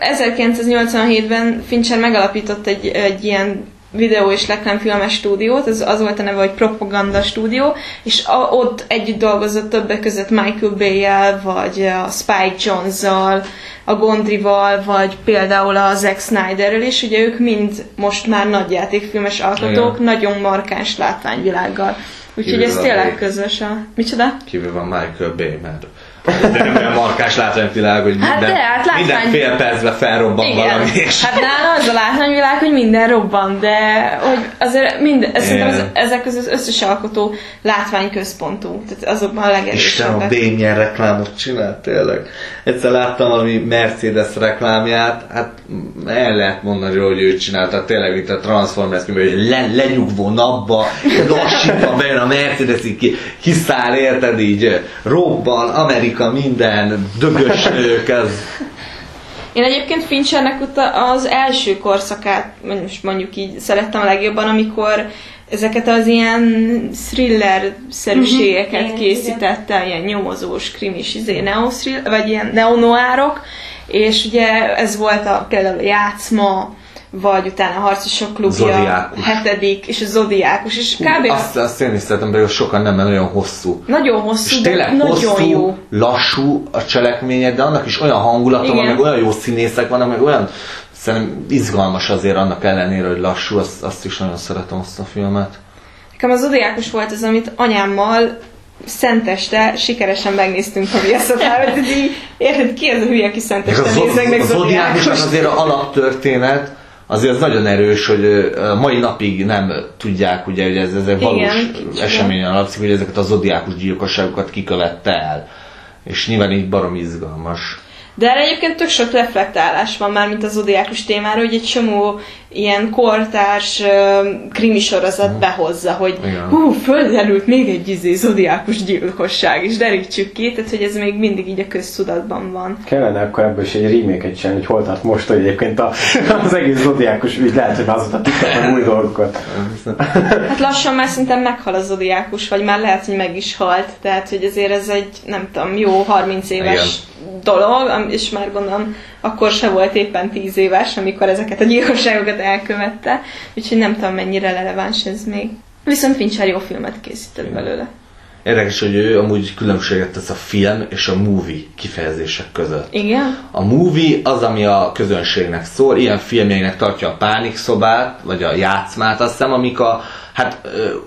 ezerkilencszáznyolcvanhétben Fincher megalapított egy, egy ilyen videó és reklámfilmes stúdiót, az, az volt a neve, hogy Propaganda Stúdió, és a, ott együtt dolgozott többek között Michael Bay-jel, vagy a Spike Jonze-zal, a Gondryval, vagy például a Zack Snyderrel, és ugye ők mind most már nagyjátékfilmes alkotók, igen. nagyon markáns látványvilággal. Úgyhogy ez tényleg közös a... Micsoda? Kívül van Michael Bay, mert de nem olyan markás látványvilág, hogy minden, hát de, hát látvány... minden fél percben felrobban igen. valami. És... Hát nála az a látványvilág, hogy minden robban, de hogy azért minden, szerintem az, ezek közül az összes alkotó látványközpontú, tehát azokban a legerősebbek. Isten, a Bay milyen reklámot csinált, tényleg. Egyszer láttam valami Mercedes reklámját, hát el lehet mondani, hogy ő csinálta, tényleg mint a Transformers, hogy le, lenyugvó napba, lassítva bejön a Mercedes, így kiszáll, érted, így robban, Amerika minden, dögös nők, ez... Én egyébként Finchernek az első korszakát, most mondjuk így szerettem a legjobban, amikor ezeket az ilyen thriller-szerűségeket uh-huh. készítette, ilyen nyomozós, krimis, izé, neo-thriller, vagy ilyen neo-noárok, és ugye ez volt a, például a Játszma, vagy utána a Harcosok klubja, Zodiákus. hetedik, és a Zodiákus, és kb. Azt, azt én is szeretem, de sokan nem, mert nagyon hosszú. Nagyon hosszú, és de tényleg nagyon hosszú, jó. lassú a cselekménye, de annak is olyan hangulata igen. van, meg olyan jó színészek vannak, meg olyan szerintem izgalmas azért annak ellenére, hogy lassú, azt, azt is nagyon szeretem azt a filmet. Nekem a Zodiákus volt az, amit anyámmal szenteste sikeresen megnéztünk a Viaszatárat, hogy így érted, ki ez a hülye, aki szenteste néznek meg Zodiákust? A Zodiákusnak azért a alaptörténet azért az nagyon erős, hogy a mai napig nem tudják, ugye, hogy ez, ez egy valós eseményen alapszik, hogy ezeket a zodiákus gyilkosságokat kikövette el. És nyilván így barom izgalmas. De erre egyébként tök sok reflektálás van már, mint a Zodiákus témára, hogy egy csomó ilyen kortárs uh, krimisorozat uh-huh. behozza, hogy igen. hú, földerült még egy izé Zodiákus gyilkosság, és derítsük ki, tehát hogy ez még mindig így a köztudatban van. Kellene akkor ebből is egy remake-et csinálni, hogy hol tart most, hogy egyébként a, az egész Zodiákus ügy, lehet, hogy azóta tiktak új dolgokat. Hát lassan már szerintem meghal a Zodiákus, vagy már lehet, hogy meg is halt, tehát hogy azért ez egy, nem tudom, jó harminc éves igen. dolog, és már gondolom, akkor se volt éppen tíz éves, amikor ezeket a gyilkosságokat elkövette, úgyhogy nem tudom, mennyire releváns ez még. Viszont Fincher jó filmet készített belőle. Érdekes, hogy ő amúgy különbséget tesz a film és a movie kifejezések között. Igen? A movie az, ami a közönségnek szól, ilyen filmjeinek tartja a Pánikszobát, vagy a Játszmát, azt hiszem, amik a, hát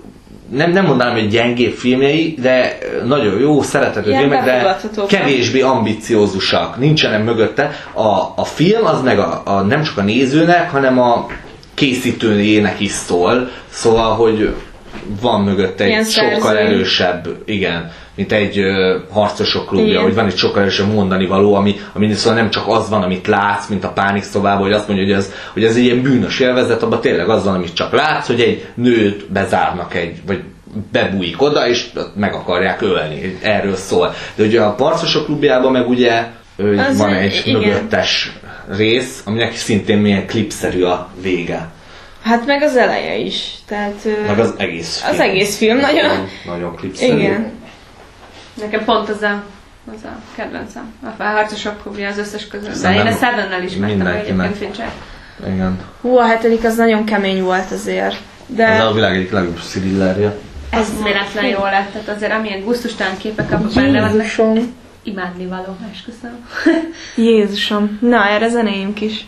nem, nem mondanám, hogy gyengébb filmjei, de nagyon jó, szerethető filmek, de kevésbé ambiciózusak, nincsenek mögötte. A, a film az meg a, a, nem csak a nézőnek, hanem a készítőjének is szól, szóval, hogy van mögötte egy sokkal erősebb, igen, mint egy ö, harcosok klubja, Igen. hogy van egy sokkal erősebb mondani való, ami, ami szóval nem csak az van, amit látsz, mint a Pánik szobában, hogy azt mondja, hogy ez, hogy ez egy ilyen bűnös élvezet, abban tényleg az van, amit csak látsz, hogy egy nőt bezárnak egy, vagy bebújik oda, és meg akarják ölni. Erről szól. De ugye a harcosok klubjában meg ugye Az van egy- egy igen. mögöttes rész, aminek szintén milyen klipszerű a vége. Hát meg az eleje is. Tehát, ö, Meg az egész film. az egész film nagyon... Nagyon, nagyon klipszerű. Igen. Nekem pont az a, az a kedvencem. A harcosok klubja az összes közül. De Szerintem én a Sevennel ismertem mindenkinek. egyébként Fincher. Igen. Hú, a hetedik az nagyon kemény volt azért. De... Ez a világ egyik legjobb thrillerje. Ez véletlen jó lett, tehát azért amilyen gusztustalan képek abban benne vannak, Jézusom. imádnivaló, esküszöm. Jézusom. Na, erre zenéljünk is.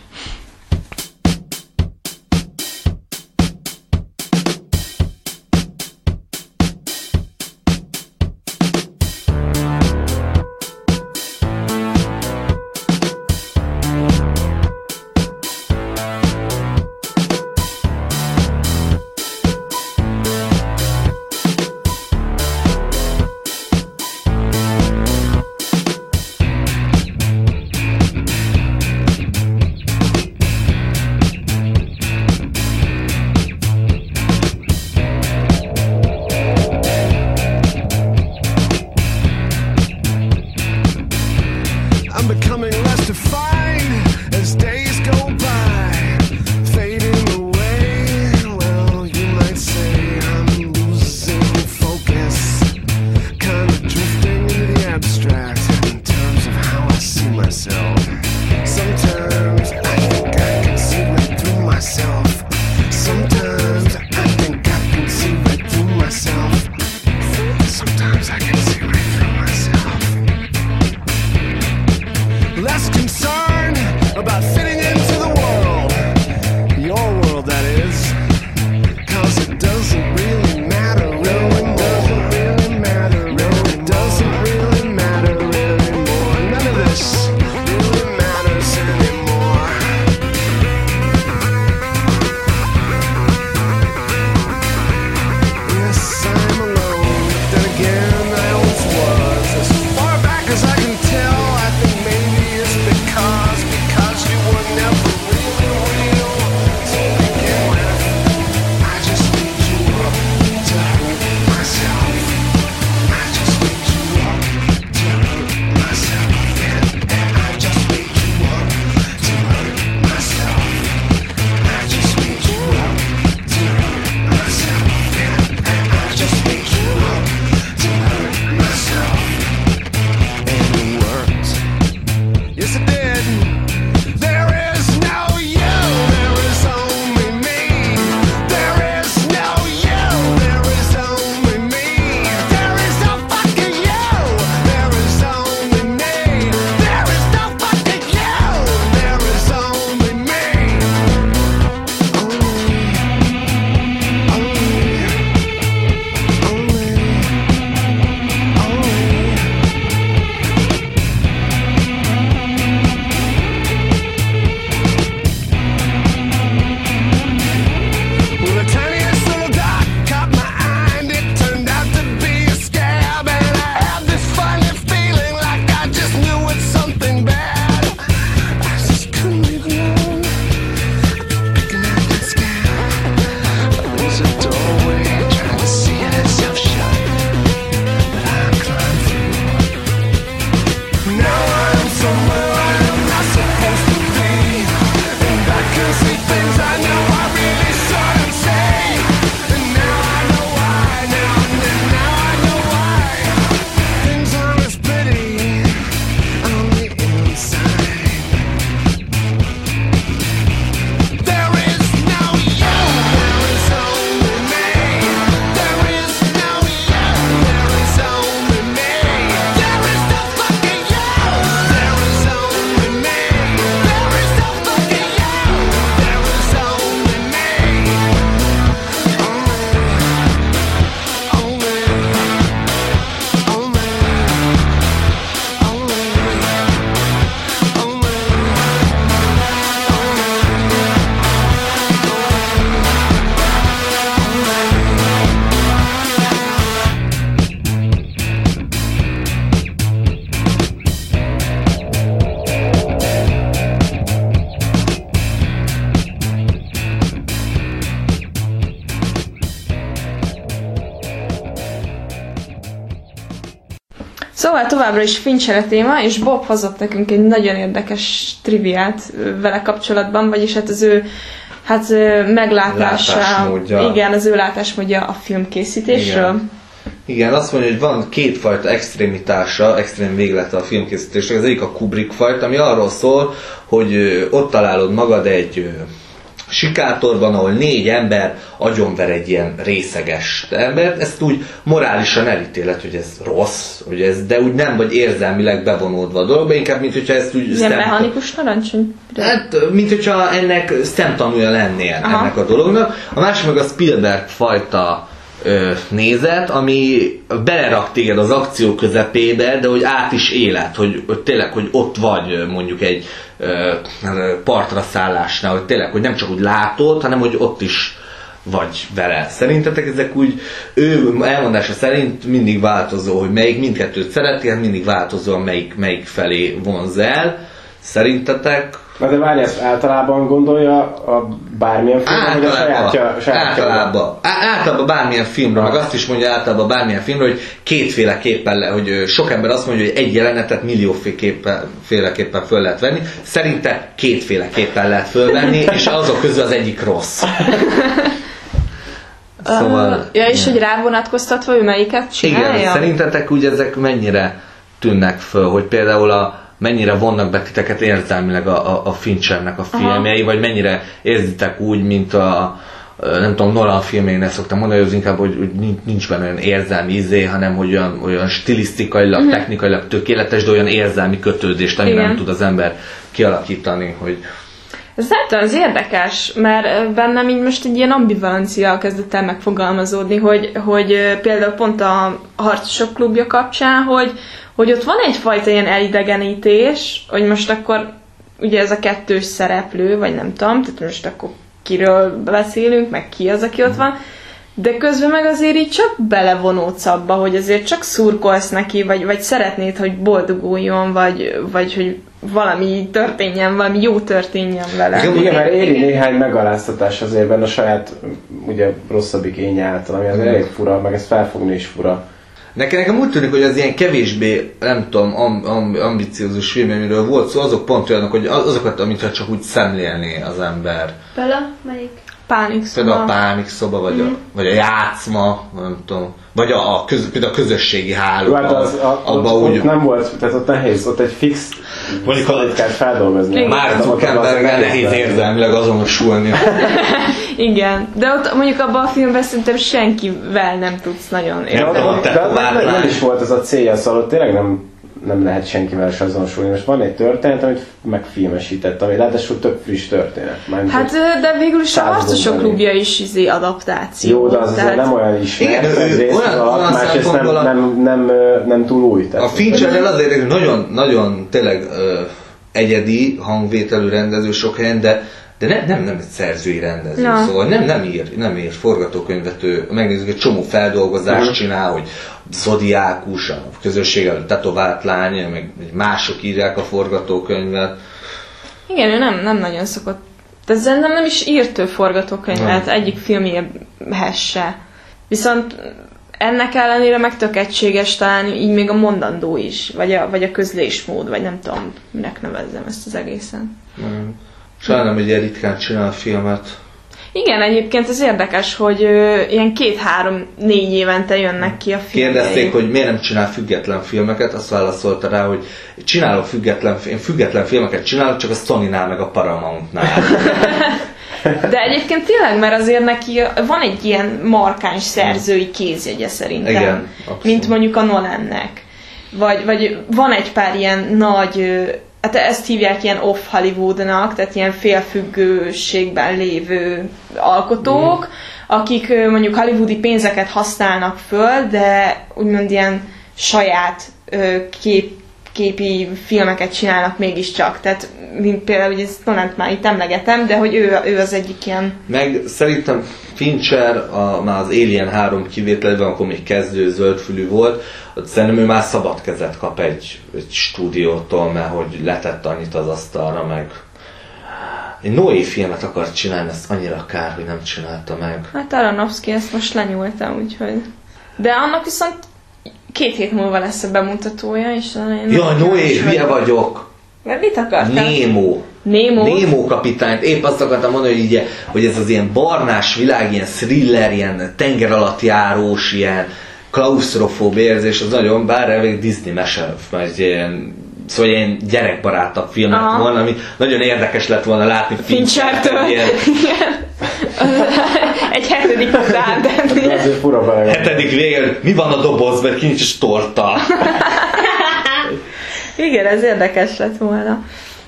Szóval továbbra is Fincher a téma, és Bob hozott nekünk egy nagyon érdekes triviát vele kapcsolatban, vagyis hát az ő hát meglátása, látásmódja. Igen, az ő látásmódja a filmkészítésről. Igen. Igen, azt mondja, hogy van kétfajta extrémitása, extrém véglete a filmkészítésnek. Az egyik a Kubrick fajta, ami arról szól, hogy ott találod magad egy sikátorban, ahol négy ember agyonver egy ilyen részeges embert. Ezt úgy morálisan elítélet, hogy ez rossz, hogy ez, de úgy nem vagy érzelmileg bevonódva a dologba, inkább, mint hogyha ezt úgy... Ilyen szemta... mechanikus narancsony? Hát, mint hogyha ennek szemtanúja lennél Aha. ennek a dolognak. A másik meg a Spielberg fajta ö, nézet, ami belerak téged az akció közepébe, de hogy át is élet, hogy, hogy tényleg, hogy ott vagy mondjuk egy ö, partra szállásnál, hogy tényleg, hogy nem csak úgy látod, hanem hogy ott is vagy vele. Szerintetek ezek úgy, ő elmondása szerint mindig változó, hogy melyik mindkettőt szereti, hát mindig változóan melyik, melyik felé vonz el. Szerintetek? Na de várj, ezt általában gondolja a bármilyen filmre, vagy a sajátja? sajátja általában, általában bármilyen filmre, meg azt is mondja általában bármilyen filmre, hogy kétféleképpen, hogy sok ember azt mondja, hogy egy jelenetet millióféleképpen föl lehet venni. Szerinte kétféleképpen lehet fölvenni, és azok közül az egyik rossz. Szóval, uh, ja, és ja. hogy rá vonatkoztatva ő melyiket csinálja? Igen, szerintetek úgy ezek mennyire tűnnek föl, hogy például a mennyire vonnak be titeket érzelmileg a, a, a Finchernek a filmjei, Aha. vagy mennyire érzitek úgy, mint a nem tudom, Nolan filmjének szoktam mondani, hogy az inkább, hogy, hogy nincs benne olyan érzelmi izé, hanem hogy olyan, olyan stilisztikailag, uh-huh. technikailag tökéletes, de olyan érzelmi kötődést, amit nem tud az ember kialakítani, hogy... Ez lehet az érdekes, mert bennem így most egy ilyen ambivalencia kezdett el megfogalmazódni, hogy, hogy például pont a Harcosok klubja kapcsán, hogy, hogy ott van egyfajta ilyen elidegenítés, hogy most akkor ugye ez a kettős szereplő, vagy nem tudom, tehát most akkor kiről beszélünk, meg ki az, aki ott van, de közben meg azért így csak belevonódsz abba, hogy azért csak szurkolsz neki, vagy, vagy szeretnéd, hogy boldoguljon, vagy, vagy hogy valami történjen, valami jó történjen vele. Igen, igen, mert éri néhány megaláztatás azért benne a saját ugye rosszabbik énje által, ami az elég fura, meg ezt felfogni is fura. Nekem, nekem úgy tűnik, hogy az ilyen kevésbé, nem tudom, amb, amb, ambiciózus film, amiről volt szó, azok pont olyanok, hogy azokat, amit csak úgy szemlélné az ember. Például melyik? Pánik szoba. Például a pánik szoba, vagy, mm. a, vagy a játszma, nem tudom. Vagy a, a, köz, például a közösségi háló. Hát az, a, ott, úgy... ott nem volt, tehát ott nehéz, ott egy fix sztorit kell feldolgozni. Már Zuckerberggel nehéz érzelmileg azonosulni. Igen, de ott mondjuk abban a filmben szerintem senkivel nem tudsz nagyon érteni. De, de, de nem, nem is volt az a célja, szóval tényleg nem, nem lehet senkivel se azonosulni. Most van egy történet, amit megfilmesített, ami ráadásul több friss történet. Mármint hát de végül is a Harcosok klubja is izé adaptáció. Jó, de az tehát... nem olyan ismert, másrészt nem, nem, nem, nem, nem túl új. A Fincherrel azért egy nagyon, nagyon tényleg uh, egyedi hangvételű rendező sok helyen, de de nem, nem, nem egy szerzői rendező, no. Szóval nem, nem, ír, nem ír forgatókönyvet, ő megnézzük, egy csomó feldolgozást uh-huh. csinál, hogy Zodiákus, a közösséggel tetovált lány, meg mások írják a forgatókönyvet. Igen, ő nem, nem nagyon szokott, de ezzel nem, nem is írt ő forgatókönyvet, no. egyik filmjehez se. Viszont ennek ellenére meg tök egységes talán így még a mondandó is, vagy a, vagy a közlésmód, vagy nem tudom, minek nevezzem ezt az egészen. Mm. Sajnálom, hogy ilyen ritkán csinál filmet. Igen, egyébként ez érdekes, hogy ö, ilyen két-három-négy évente jönnek ki a filmek. Kérdezték, hogy miért nem csinál független filmeket, azt válaszolta rá, hogy csinálok független, én független filmeket csinálok, csak a Sony-nál meg a Paramount-nál. De egyébként tényleg, mert azért neki van egy ilyen markáns szerzői kézjegye szerintem. Igen, mint mondjuk a Nolannek. Vagy, vagy van egy pár ilyen nagy... Hát ezt hívják ilyen off Hollywoodnak, tehát ilyen félfüggőségben lévő alkotók, mm. akik mondjuk hollywoodi pénzeket használnak föl, de úgymond ilyen saját kép, képi filmeket csinálnak mégiscsak. Tehát mint például, hogy ezt Nolant már itt emlegetem, de hogy ő, ő az egyik ilyen... Meg szerintem Fincher a, már az Alien három kivételében, akkor még kezdő zöldfülű volt, szerintem ő már szabad kezet kap egy, egy stúdiótól, mert hogy letett annyit az asztalra, meg egy Noé filmet akart csinálni, ezt annyira kár, hogy nem csinálta meg. Hát Aronofsky ezt most lenyúlta, úgyhogy... De annak viszont két hét múlva lesz a bemutatója, és Jaj, Noé, hülye vagyok! Mert mit akartál? Nemo. Nemo? Nemo kapitányt. Épp azt akartam mondani, hogy, ugye, hogy ez az ilyen barnás világ, ilyen thriller, ilyen tenger alatt járós, ilyen klausztrofób érzés, az nagyon, bár elég Disney mese, mert ilyen, szóval ilyen gyerekbarátabb film lett volna, ami nagyon érdekes lett volna látni Finchertől. Egy hetedik után. De azért fura bele. Hetedik végén, mi van a dobozban, kincs is torta. Igen, ez érdekes lett volna.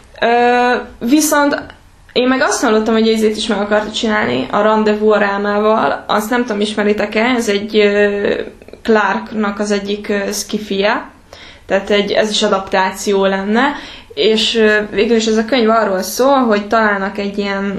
Ö, viszont én meg azt hallottam, hogy ezért is meg akarta csinálni, a Rendezvous Rámával. Azt nem tudom, ismeritek-e, ez egy uh, Clarknak az egyik uh, skifije, tehát egy, ez is adaptáció lenne, és uh, végül is ez a könyv arról szól, hogy találnak egy ilyen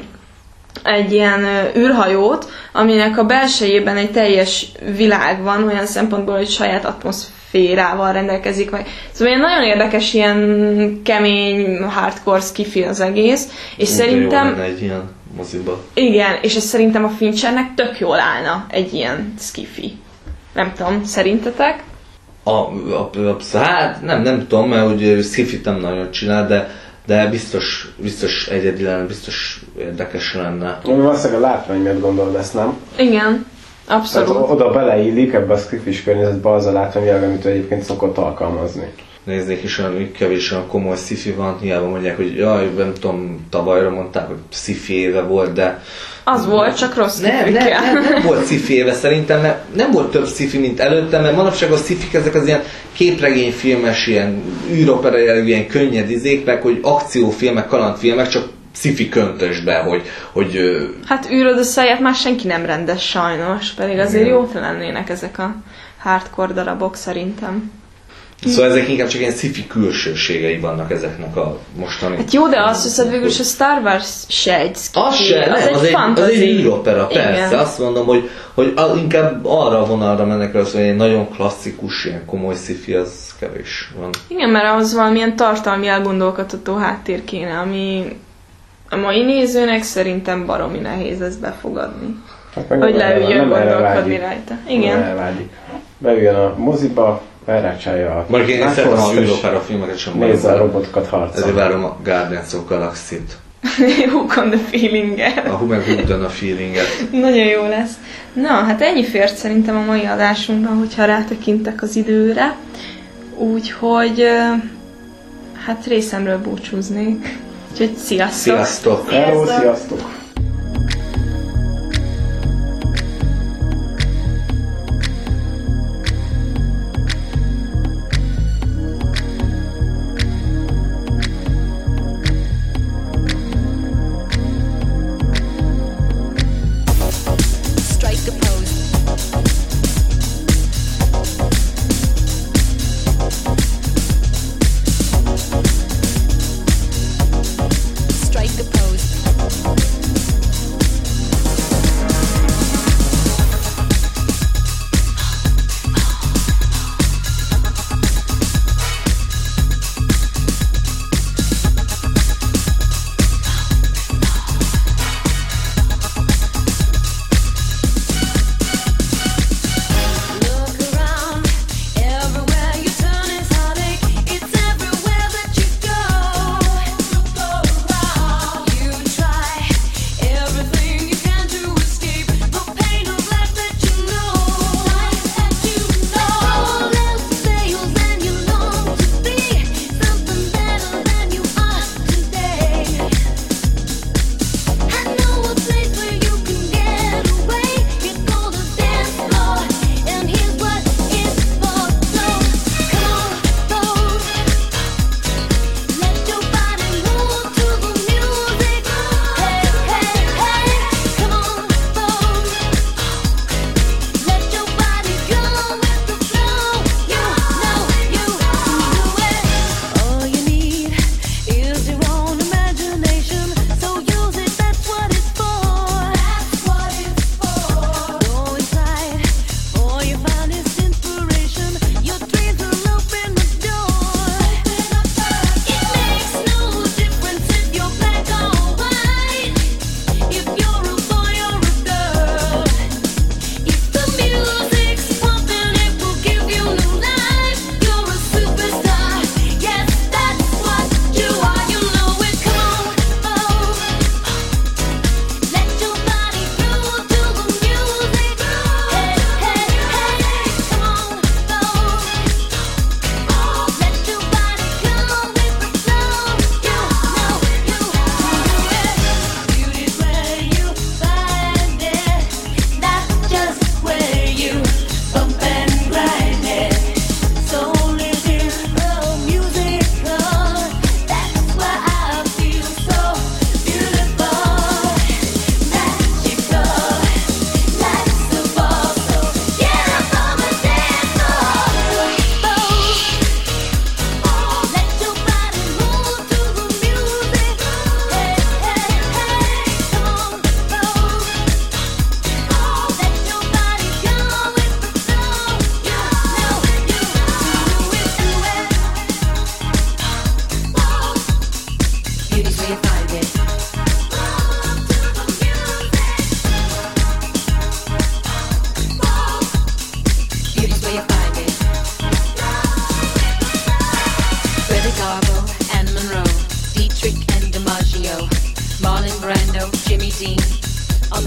egy ilyen uh, űrhajót, aminek a belsejében egy teljes világ van, olyan szempontból, hogy saját atmoszférával rendelkezik. Vagy. Szóval ilyen nagyon érdekes, ilyen kemény, hardcore skifi az egész, és Úgy szerintem... Jó lenne egy ilyen moziba. Igen, és ez szerintem a Finchernek tök jól állna egy ilyen skifi. Nem tudom, szerintetek? A, a, a, hát nem, nem tudom, mert úgy skifit nem nagyon csinál, de de biztos, biztos egyedi lenne, biztos érdekes lenne. Valószínűleg a látvány miatt gondolod ezt, nem? Igen, abszolút. Tehát oda beleillik ebbe a scriptis környezetbe az a látványvilág, amit egyébként szokott alkalmazni. Nézzék is, olyan kevés olyan komoly sci-fi van, hiába mondják, hogy jaj, nem tudom, tavalyra mondták, hogy sci-fi éve volt, de... Az nem, volt, csak rossz nem, nem, nem, nem volt sci-fi éve szerintem, mert nem volt több sci-fi, mint előtte, mert manapság a sci-fik ezek az ilyen képregényfilmes, ilyen űropera jellegű, ilyen könnyed izék, meg hogy akciófilmek, kalandfilmek, csak sci-fi köntösbe, hogy... hogy hát űrodösszejet már senki nem rendes sajnos, pedig azért jók lennének ezek a hardcore darabok szerintem. Szóval ezek inkább csak ilyen sci-fi külsőségei vannak ezeknek a mostani... Hát jó, de azt hiszed végül is a Star Wars se egy sci-fi. Az se, nem, az, az, egy, az egy űropera, persze. Igen. Azt mondom, hogy, hogy az, inkább arra a vonalra mennek el, hogy egy nagyon klasszikus, ilyen komoly sci-fi, az kevés van. Igen, mert ahhoz valamilyen tartalmi elgondolkodható háttér kéne, ami a mai nézőnek szerintem baromi nehéz ezt befogadni. Hát hogy leüljön gondolkodni rajta. Igen. Nem elvágyik. Beüljön a moziba, elrácsolja a... Majd én szeretem a űropera filmeket sem. Nézze a robotokat harcolni. Ezért várom a Guardians of Galaxy-t. Hook on the feeling-et. A meg hook on a feeling-et. Nagyon jó lesz. Na, hát ennyi fért szerintem a mai adásunkban, hogyha rátekintek az időre. Úgyhogy hát részemről búcsúznék. Úgyhogy sziasztok! Sziasztok! Hello, sziasztok! Strike the pose.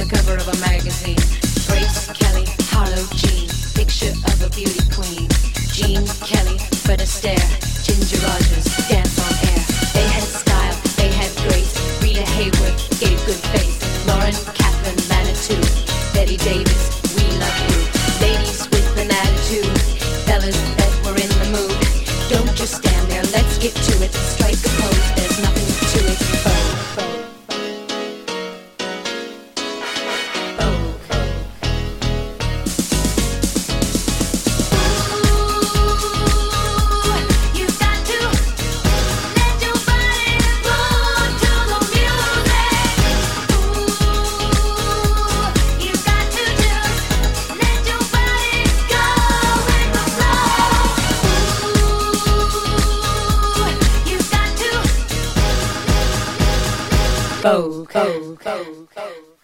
cover of a magazine. Grace Kelly, Harlow Jean, picture of a beauty queen. Jean Kelly, Fred Astaire, Ginger Rogers, dance on air. They had style, they had grace. Rita Hayworth gave good face. Lauren Catherine Manitou, Betty Davis, we love you. Ladies with an attitude, fellas that were in the mood. Don't just stand there, let's get to it. Strike a pose, there's nothing to it. Oh, oh. Oh, oh, oh, oh.